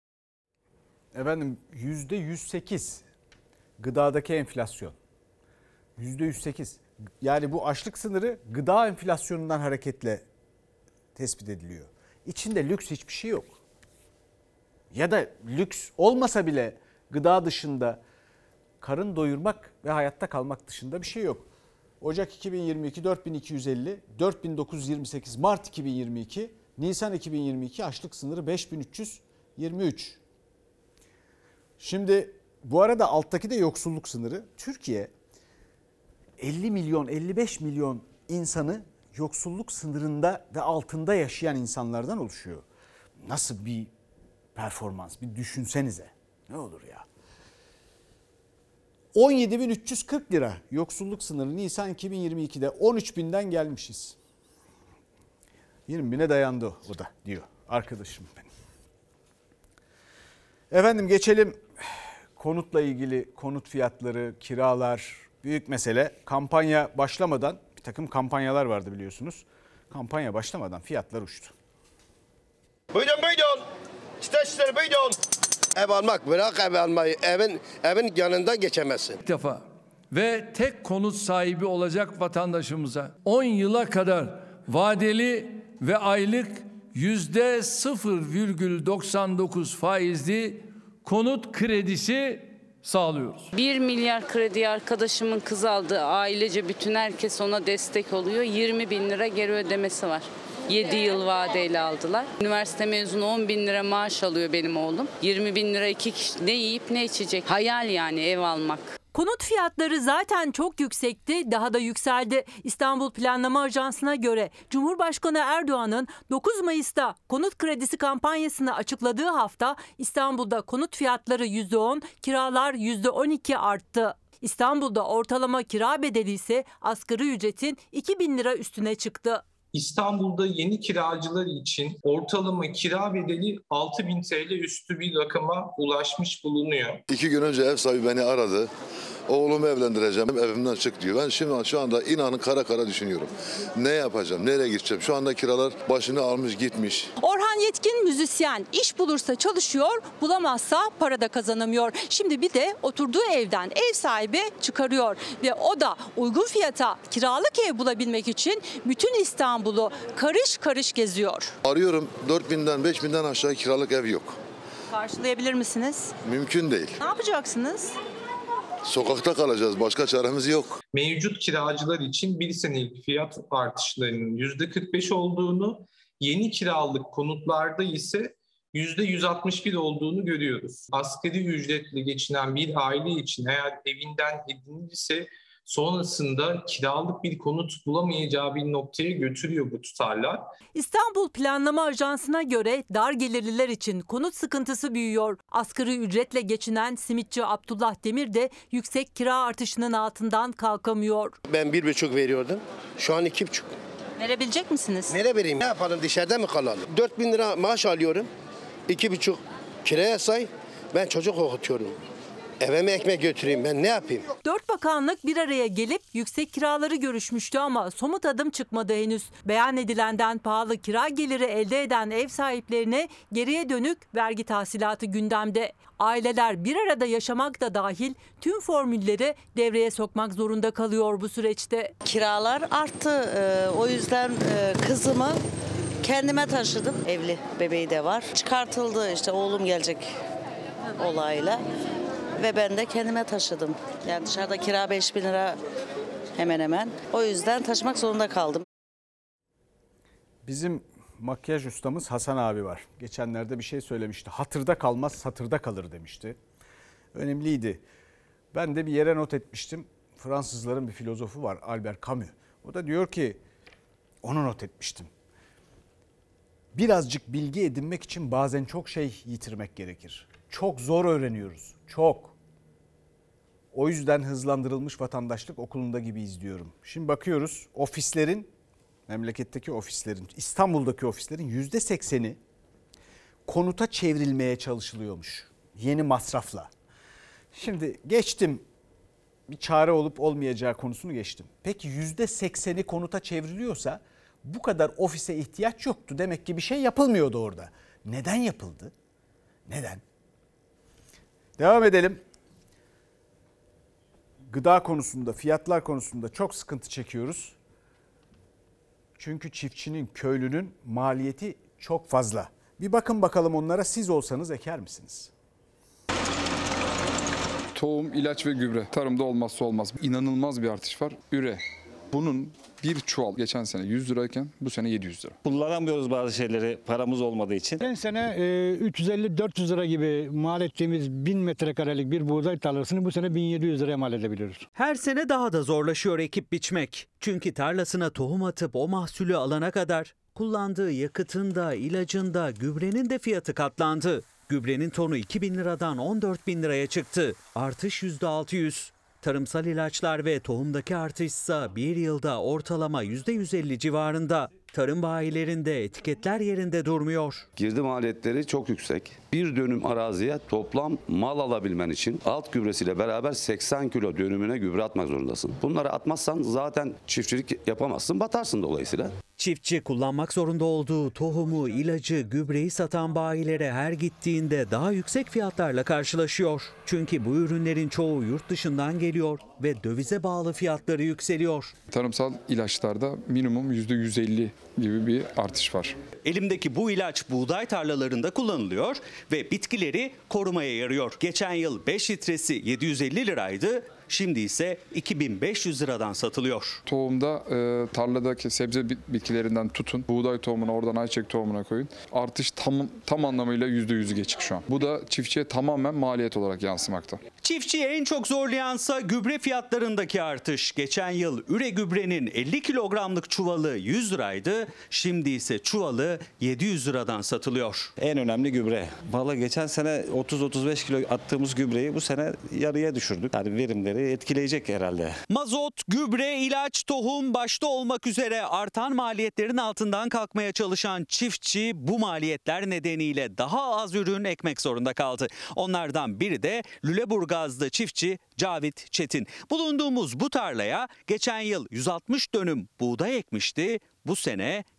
Efendim %108 gıdadaki enflasyon. %108. Yani bu açlık sınırı gıda enflasyonundan hareketle tespit ediliyor. İçinde lüks hiçbir şey yok. Ya da lüks olmasa bile gıda dışında karın doyurmak ve hayatta kalmak dışında bir şey yok. Ocak 2022 4250, 4928, Mart 2022, Nisan 2022 açlık sınırı 5323. Şimdi bu arada alttaki de yoksulluk sınırı. Türkiye 50 milyon, 55 milyon insanı yoksulluk sınırında ve altında yaşayan insanlardan oluşuyor. Nasıl bir performans, bir düşünsenize. Ne olur ya. 17.340 lira yoksulluk sınırı Nisan 2022'de 13.000'den gelmişiz. 20.000'e dayandı o da diyor arkadaşım benim. Efendim geçelim konutla ilgili, konut fiyatları, kiralar büyük mesele. Kampanya başlamadan, bir takım kampanyalar vardı biliyorsunuz. Kampanya başlamadan fiyatlar uçtu. Buyurun. İster buyurun. Ev almak, bırak ev almayı. Evin yanında geçemezsin. İlk defa ve tek konut sahibi olacak vatandaşımıza 10 yıla kadar vadeli ve aylık %0,99 faizli konut kredisi sağlıyoruz. 1 milyar kredi arkadaşımın kız aldı. Ailece bütün herkes ona destek oluyor. 20 bin lira geri ödemesi var. 7 yıl vadeyle aldılar. Üniversite mezunu 10 bin lira maaş alıyor benim oğlum. 20 bin lira 2 kişi ne yiyip ne içecek. Hayal yani ev almak. Konut fiyatları zaten çok yüksekti, daha da yükseldi. İstanbul Planlama Ajansı'na göre Cumhurbaşkanı Erdoğan'ın 9 Mayıs'ta konut kredisi kampanyasını açıkladığı hafta İstanbul'da konut fiyatları %10, kiralar %12 arttı. İstanbul'da ortalama kira bedeli ise asgari ücretin 2.000 lira üstüne çıktı. İstanbul'da yeni kiracılar için ortalama kira bedeli 6.000 TL üstü bir rakama ulaşmış bulunuyor. 2 gün önce ev sahibi beni aradı. Oğlumu evlendireceğim, evimden çık diyor. Ben şu anda inanın kara düşünüyorum. Ne yapacağım, nereye gideceğim? Şu anda kiralar başını almış gitmiş. Orhan yetkin müzisyen iş bulursa çalışıyor, bulamazsa para da kazanamıyor. Şimdi bir de oturduğu evden ev sahibi çıkarıyor ve o da uygun fiyata kiralık ev bulabilmek için bütün İstanbul'u karış karış geziyor. Arıyorum 4000'den 5000'den aşağı kiralık ev yok. Karşılayabilir misiniz? Mümkün değil. Ne yapacaksınız? Sokakta kalacağız. Başka çaremiz yok. Mevcut kiracılar için bir senelik fiyat artışlarının %45 olduğunu, yeni kiralık konutlarda ise %161 olduğunu görüyoruz. Asgari ücretle geçinen bir aile için eğer evinden edinilirse sonrasında kiralık bir konut bulamayacağı bir noktaya götürüyor bu tutarlar. İstanbul Planlama Ajansı'na göre dar gelirliler için konut sıkıntısı büyüyor. Asgari ücretle geçinen simitçi Abdullah Demir de yüksek kira artışının altından kalkamıyor. Ben 1,5 veriyordum. Şu an 2,5. Verebilecek misiniz? Nereye vereyim? Ne yapalım? Dışarıda mı kalalım? 4.000 lira maaş alıyorum. 2,5 kiraya say. Ben çocuk okutuyorum. Eve mi ekmek götüreyim, ben ne yapayım? 4 bakanlık bir araya gelip yüksek kiraları görüşmüştü ama somut adım çıkmadı henüz. Beyan edilenden pahalı kira geliri elde eden ev sahiplerine geriye dönük vergi tahsilatı gündemde. Aileler bir arada yaşamak da dahil tüm formülleri devreye sokmak zorunda kalıyor bu süreçte. Kiralar arttı. O yüzden kızımı kendime taşıdım. Evli bebeği de var. Çıkartıldı, işte oğlum gelecek olayla. Ve ben de kendime taşıdım. Yani dışarıda kira 5.000 lira hemen hemen. O yüzden taşımak zorunda kaldım. Bizim makyaj ustamız Hasan abi var. Geçenlerde bir şey söylemişti. Hatırda kalmaz, satırda kalır demişti. Önemliydi. Ben de bir yere not etmiştim. Fransızların bir filozofu var, Albert Camus. O da diyor ki, onu not etmiştim. Birazcık bilgi edinmek için bazen çok şey yitirmek gerekir. Çok zor öğreniyoruz. Çok. O yüzden hızlandırılmış vatandaşlık okulunda gibiyiz diyorum. Şimdi bakıyoruz ofislerin, memleketteki ofislerin, İstanbul'daki ofislerin %80'i konuta çevrilmeye çalışılıyormuş. Yeni masrafla. Şimdi geçtim, bir çare olup olmayacağı konusunu geçtim. Peki %80'i konuta çevriliyorsa bu kadar ofise ihtiyaç yoktu. Demek ki bir şey yapılmıyordu orada. Neden yapıldı? Neden? Devam edelim. Gıda konusunda, fiyatlar konusunda çok sıkıntı çekiyoruz. Çünkü çiftçinin, köylünün maliyeti çok fazla. Bir bakın bakalım onlara, siz olsanız eker misiniz? Tohum, ilaç ve gübre tarımda olmazsa olmaz. İnanılmaz bir artış var. Üre. Bunun bir çuval geçen sene 100 lirayken bu sene 700 lira. Kullanamıyoruz bazı şeyleri paramız olmadığı için. Geçen sene 350-400 lira gibi mal ettiğimiz 1000 metrekarelik bir buğday tarlasını bu sene 1700 liraya mal edebiliyoruz. Her sene daha da zorlaşıyor ekip biçmek. Çünkü tarlasına tohum atıp o mahsulü alana kadar kullandığı yakıtın da, ilacın da, gübrenin de fiyatı katlandı. Gübrenin tonu 2000 liradan 14.000 liraya çıktı. Artış %600. Tarımsal ilaçlar ve tohumdaki artışsa bir yılda ortalama %150 civarında. Tarım bayilerinde etiketler yerinde durmuyor. Girdi maliyetleri çok yüksek. Bir dönüm araziye toplam mal alabilmen için alt gübresiyle beraber 80 kilo dönümüne gübre atmak zorundasın. Bunları atmazsan zaten çiftçilik yapamazsın, batarsın dolayısıyla. Çiftçi kullanmak zorunda olduğu tohumu, ilacı, gübreyi satan bayilere her gittiğinde daha yüksek fiyatlarla karşılaşıyor. Çünkü bu ürünlerin çoğu yurt dışından geliyor ve dövize bağlı fiyatları yükseliyor. Tarımsal ilaçlarda minimum %150 gibi bir artış var. Elimdeki bu ilaç buğday tarlalarında kullanılıyor ve bitkileri korumaya yarıyor. Geçen yıl 5 litresi 750 liraydı. Şimdi ise 2500 liradan satılıyor. Tohumda tarladaki sebze bitkilerinden tutun, buğday tohumuna, oradan ayçiçek tohumuna koyun. Artış tam anlamıyla %100'ü geçik şu an. Bu da çiftçiye tamamen maliyet olarak yansımakta. Çiftçiyi en çok zorlayansa gübre fiyatlarındaki artış. Geçen yıl üre gübrenin 50 kilogramlık çuvalı 100 liraydı. Şimdi ise çuvalı 700 liradan satılıyor. En önemli gübre. Vallahi geçen sene 30-35 kilo attığımız gübreyi bu sene yarıya düşürdük. Yani verimleri etkileyecek herhalde. Mazot, gübre, ilaç, tohum başta olmak üzere artan maliyetlerin altından kalkmaya çalışan çiftçi bu maliyetler nedeniyle daha az ürün ekmek zorunda kaldı. Onlardan biri de Lüleburgaz'da çiftçi Cavit Çetin. Bulunduğumuz bu tarlaya geçen yıl 160 dönüm buğday ekmişti. Bu sene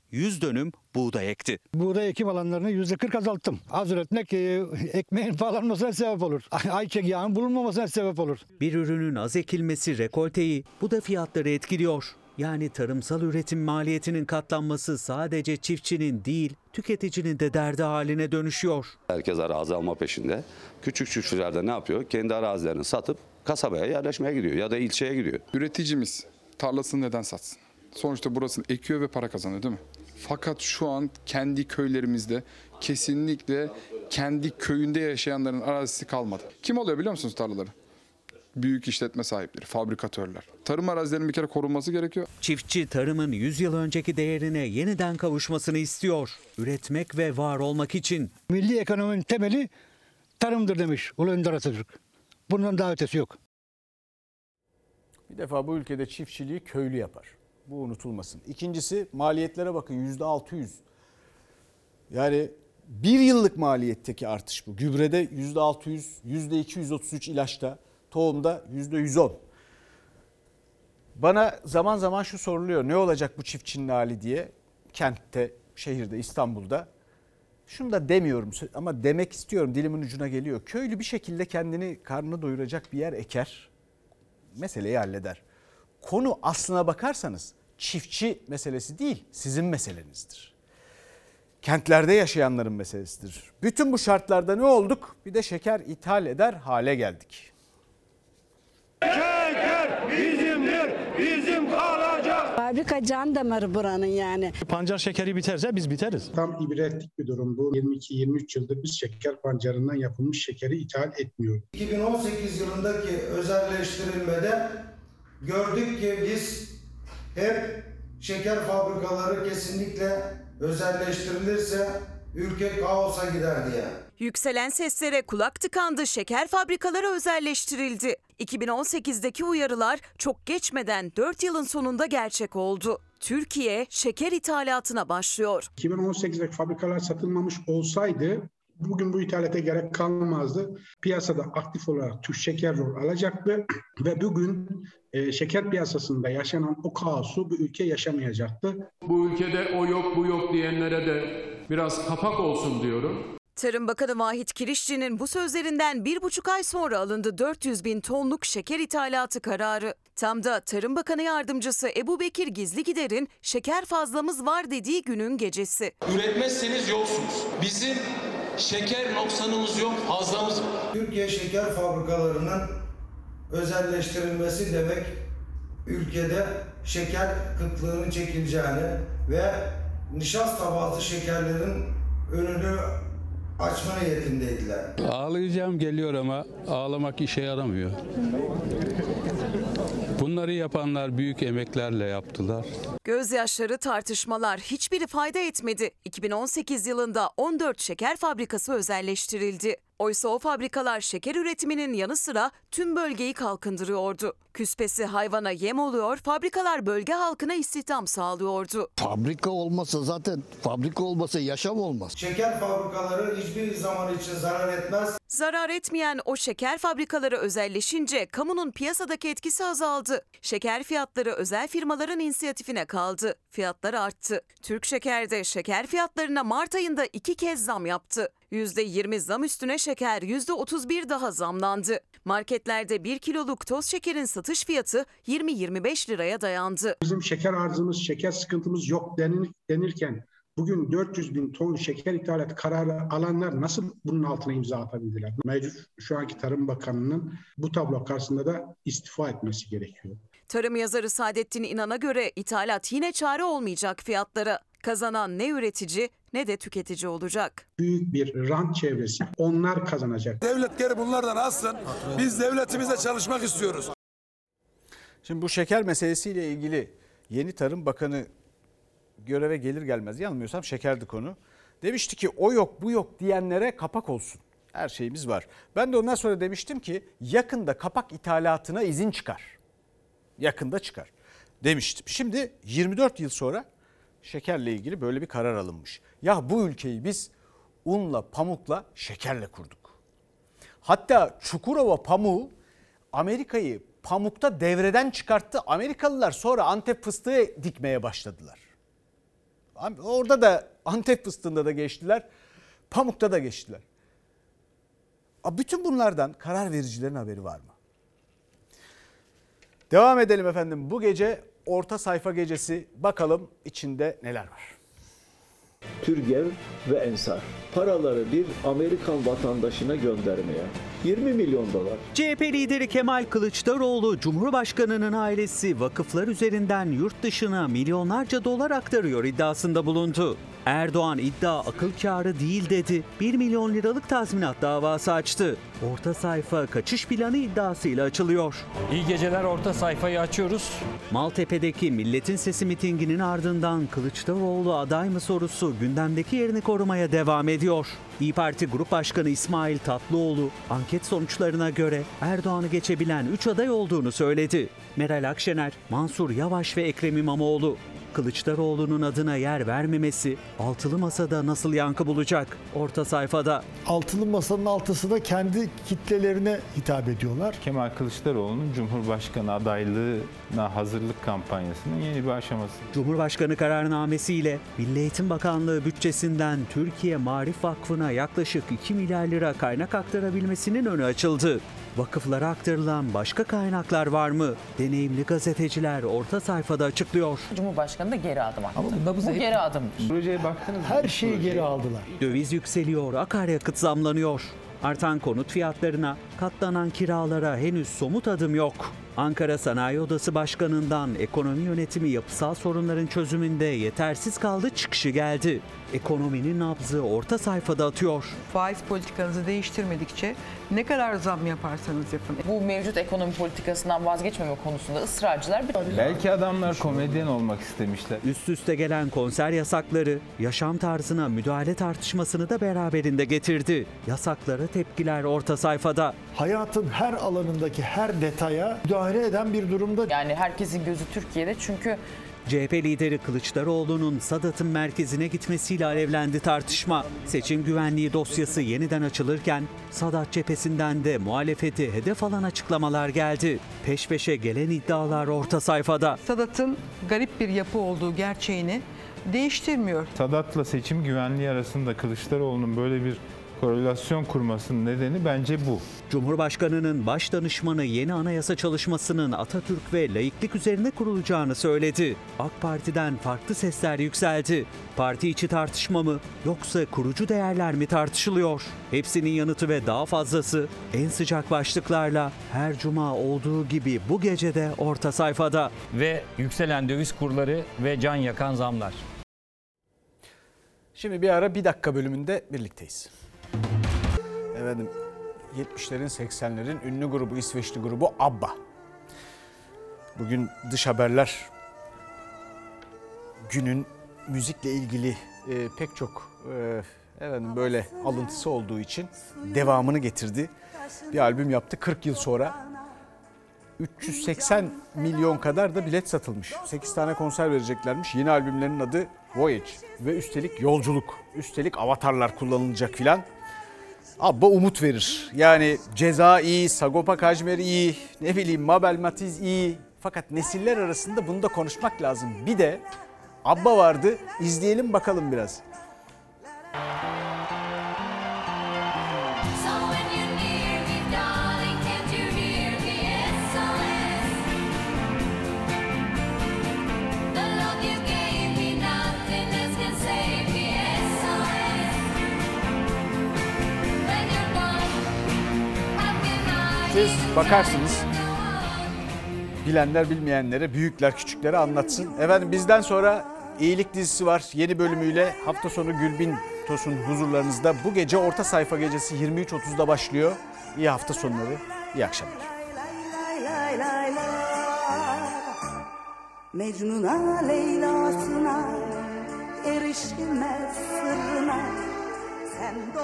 100 dönüm buğday ekti. Buğday ekim alanlarını %40 azalttım. Az üretmek ekmeğin pahalanmasına sebep olur. Ayçiçek yağının bulunmamasına sebep olur. Bir ürünün az ekilmesi rekolteyi, bu da fiyatları etkiliyor. Yani tarımsal üretim maliyetinin katlanması sadece çiftçinin değil, tüketicinin de derdi haline dönüşüyor. Herkes arazi alma peşinde. Küçük çiftçiler de ne yapıyor? Kendi arazilerini satıp kasabaya yerleşmeye gidiyor ya da ilçeye gidiyor. Üreticimiz tarlasını neden satsın? Sonuçta burasını ekiyor ve para kazanıyor değil mi? Fakat şu an kendi köylerimizde kesinlikle kendi köyünde yaşayanların arazisi kalmadı. Kim oluyor biliyor musunuz tarlaları? Büyük işletme sahipleri, fabrikatörler. Tarım arazilerinin bir kere korunması gerekiyor. Çiftçi tarımın 100 yıl önceki değerine yeniden kavuşmasını istiyor. Üretmek ve var olmak için. Milli ekonominin temeli tarımdır demiş Ulu Önder Atatürk. Bundan daha ötesi yok. Bir defa bu ülkede çiftçiliği köylü yapar. Bu unutulmasın. İkincisi maliyetlere bakın %600. Yani bir yıllık maliyetteki artış bu. Gübrede %600, %233 ilaçta, tohumda %110. Bana zaman zaman şu soruluyor. Ne olacak bu çiftçinin hali diye. Kentte, şehirde, İstanbul'da. Şunu da demiyorum ama demek istiyorum, dilimin ucuna geliyor. Köylü bir şekilde kendini, karnını doyuracak bir yer eker. Meseleyi halleder. Konu aslına bakarsanız çiftçi meselesi değil, sizin meselenizdir. Kentlerde yaşayanların meselesidir. Bütün bu şartlarda ne olduk? Bir de şeker ithal eder hale geldik. Şeker bizimdir, bizim kalacak. Fabrika can damarı buranın yani. Pancar şekeri biterse biz biteriz. Tam ibretlik bir durum bu. 22-23 yıldır biz şeker pancarından yapılmış şekeri ithal etmiyoruz. 2018 yılındaki özelleştirilmede gördük ki biz hep şeker fabrikaları kesinlikle özelleştirilirse ülke kaosa gider diye. Yükselen seslere kulak tıkandı, şeker fabrikaları özelleştirildi. 2018'deki uyarılar çok geçmeden 4 yılın sonunda gerçek oldu. Türkiye şeker ithalatına başlıyor. 2018'deki fabrikalar satılmamış olsaydı bugün bu ithalata gerek kalmazdı. Piyasada aktif olarak Türk Şeker rol alacaktı ve bugün şeker piyasasında yaşanan o kaosu bu ülke yaşamayacaktı. Bu ülkede o yok bu yok diyenlere de biraz kapak olsun diyorum. Tarım Bakanı Vahit Kirişçi'nin bu sözlerinden 1,5 ay sonra alındı 400 bin tonluk şeker ithalatı kararı. Tam da Tarım Bakanı Yardımcısı Ebubekir Gizligider'in şeker fazlamız var dediği günün gecesi. Üretmezseniz yoksunuz. Bizim şeker noksanımız yok, fazlamız var. Türkiye şeker fabrikalarının özelleştirilmesi demek ülkede şeker kıtlığının çekileceğini ve nişasta bazlı şekerlerin önünü açma niyetindeydiler. Ağlayacağım geliyor ama ağlamak işe yaramıyor. Bunları yapanlar büyük emeklerle yaptılar. Gözyaşları, tartışmalar hiçbiri fayda etmedi. 2018 yılında 14 şeker fabrikası özelleştirildi. Oysa o fabrikalar şeker üretiminin yanı sıra tüm bölgeyi kalkındırıyordu. Küspesi hayvana yem oluyor, fabrikalar bölge halkına istihdam sağlıyordu. Fabrika olmasa zaten fabrika olmasa yaşam olmaz. Şeker fabrikaları hiçbir zaman için zarar etmez. Zarar etmeyen o şeker fabrikaları özelleşince kamunun piyasadaki etkisi azaldı. Şeker fiyatları özel firmaların inisiyatifine kaldı. Fiyatlar arttı. Türk Şeker'de şeker fiyatlarına Mart ayında 2 kez zam yaptı. %20 zam üstüne şeker %31 daha zamlandı. Marketlerde 1 kiloluk toz şekerin satış fiyatı 20-25 liraya dayandı. Bizim şeker arzımız, şeker sıkıntımız yok denirken bugün 400 bin ton şeker ithalatı kararı alanlar nasıl bunun altına imza atabildiler? Mevcut şu anki Tarım Bakanı'nın bu tablo karşısında da istifa etmesi gerekiyor. Tarım yazarı Saadettin İnan'a göre ithalat yine çare olmayacak fiyatlara. Kazanan ne üretici ne de tüketici olacak. Büyük bir rant çevresi, onlar kazanacak. Devlet geri bunlardan alsın. Biz devletimizle çalışmak istiyoruz. Şimdi bu şeker meselesiyle ilgili yeni Tarım Bakanı göreve gelir gelmez yanılmıyorsam şekerdi konu. Demişti ki o yok bu yok diyenlere kapak olsun. Her şeyimiz var. Ben de ondan sonra demiştim ki yakında kapak ithalatına izin çıkar. Yakında çıkar demiştim. Şimdi 24 yıl sonra şekerle ilgili böyle bir karar alınmış. Ya bu ülkeyi biz unla, pamukla, şekerle kurduk. Hatta Çukurova pamuğu Amerika'yı pamukta devreden çıkarttı. Amerikalılar sonra Antep fıstığı dikmeye başladılar. Orada da Antep fıstığında da geçtiler. Pamuk'ta da geçtiler. Bütün bunlardan karar vericilerin haberi var mı? Devam edelim efendim. Bu gece orta sayfa gecesi. Bakalım içinde neler var. Türgev ve Ensar paraları bir Amerikan vatandaşına göndermeye 20 milyon dolar. CHP lideri Kemal Kılıçdaroğlu, Cumhurbaşkanı'nın ailesi vakıflar üzerinden yurt dışına milyonlarca dolar aktarıyor iddiasında bulundu. Erdoğan iddia akıl kârı değil dedi. 1 milyon liralık tazminat davası açtı. Orta sayfa kaçış planı iddiasıyla açılıyor. İyi geceler, orta sayfayı açıyoruz. Maltepe'deki Milletin Sesi mitinginin ardından Kılıçdaroğlu aday mı sorusu gündemdeki yerini korumaya devam ediyor. İYİ Parti Grup Başkanı İsmail Tatlıoğlu anket sonuçlarına göre Erdoğan'ı geçebilen 3 aday olduğunu söyledi. Meral Akşener, Mansur Yavaş ve Ekrem İmamoğlu. Kılıçdaroğlu'nun adına yer vermemesi altılı masada nasıl yankı bulacak? Orta sayfada. Altılı masanın altısı da kendi kitlelerine hitap ediyorlar. Kemal Kılıçdaroğlu'nun Cumhurbaşkanı adaylığına hazırlık kampanyasının yeni bir aşaması. Cumhurbaşkanı kararnamesiyle Milli Eğitim Bakanlığı bütçesinden Türkiye Maarif Vakfı'na yaklaşık 2 milyar lira kaynak aktarabilmesinin önü açıldı. Vakıflara aktarılan başka kaynaklar var mı? Deneyimli gazeteciler orta sayfada açıklıyor. Cumhurbaşkanı da geri adım attı. Ama bu geri adımdır. Projeye baktınız mı? Her şeyi geri aldılar. Döviz yükseliyor, akaryakıt zamlanıyor. Artan konut fiyatlarına, katlanan kiralara henüz somut adım yok. Ankara Sanayi Odası Başkanı'ndan ekonomi yönetimi yapısal sorunların çözümünde yetersiz kaldı çıkışı geldi. Ekonominin nabzı orta sayfada atıyor. Faiz politikanızı değiştirmedikçe ne kadar zam yaparsanız yapın. Bu mevcut ekonomi politikasından vazgeçmeme konusunda ısrarcılar. Belki adamlar komedyen olmak istemişler. Üst üste gelen konser yasakları, yaşam tarzına müdahale tartışmasını da beraberinde getirdi. Yasaklara tepkiler orta sayfada. Hayatın her alanındaki her detaya müdahale eden bir durumda. Yani herkesin gözü Türkiye'de çünkü CHP lideri Kılıçdaroğlu'nun Sadat'ın merkezine gitmesiyle alevlendi tartışma. Seçim güvenliği dosyası yeniden açılırken Sadat cephesinden de muhalefeti hedef alan açıklamalar geldi. Peş peşe gelen iddialar orta sayfada. Sadat'ın garip bir yapı olduğu gerçeğini değiştirmiyor. Sadat'la seçim güvenliği arasında Kılıçdaroğlu'nun böyle bir korelasyon kurmasının nedeni bence bu. Cumhurbaşkanı'nın baş danışmanı yeni anayasa çalışmasının Atatürk ve laiklik üzerine kurulacağını söyledi. AK Parti'den farklı sesler yükseldi. Parti içi tartışma mı yoksa kurucu değerler mi tartışılıyor? Hepsinin yanıtı ve daha fazlası en sıcak başlıklarla her cuma olduğu gibi bu gece de orta sayfada. Ve yükselen döviz kurları ve can yakan zamlar. Şimdi bir ara bir dakika bölümünde birlikteyiz. Efendim 70'lerin 80'lerin ünlü grubu, İsveçli grubu ABBA. Bugün dış haberler günün müzikle ilgili pek çok böyle alıntısı olduğu için devamını getirdi. Bir albüm yaptı 40 yıl sonra. 380 milyon kadar da bilet satılmış. 8 tane konser vereceklermiş. Yeni albümlerinin adı Voyage ve üstelik yolculuk. Üstelik avatarlar kullanılacak filan. ABBA umut verir. Yani Ceza iyi, Sagopa Kajmer iyi, ne bileyim Mabel Matiz iyi. Fakat nesiller arasında bunu da konuşmak lazım. Bir de ABBA vardı. İzleyelim bakalım biraz. Siz bakarsınız, bilenler bilmeyenlere, büyükler küçüklere anlatsın. Efendim bizden sonra İyilik dizisi var yeni bölümüyle. Hafta sonu Gülbin Tosun huzurlarınızda. Bu gece orta sayfa gecesi 23.30'da başlıyor. İyi hafta sonları, iyi akşamlar. Mecnun'a Leyla'sına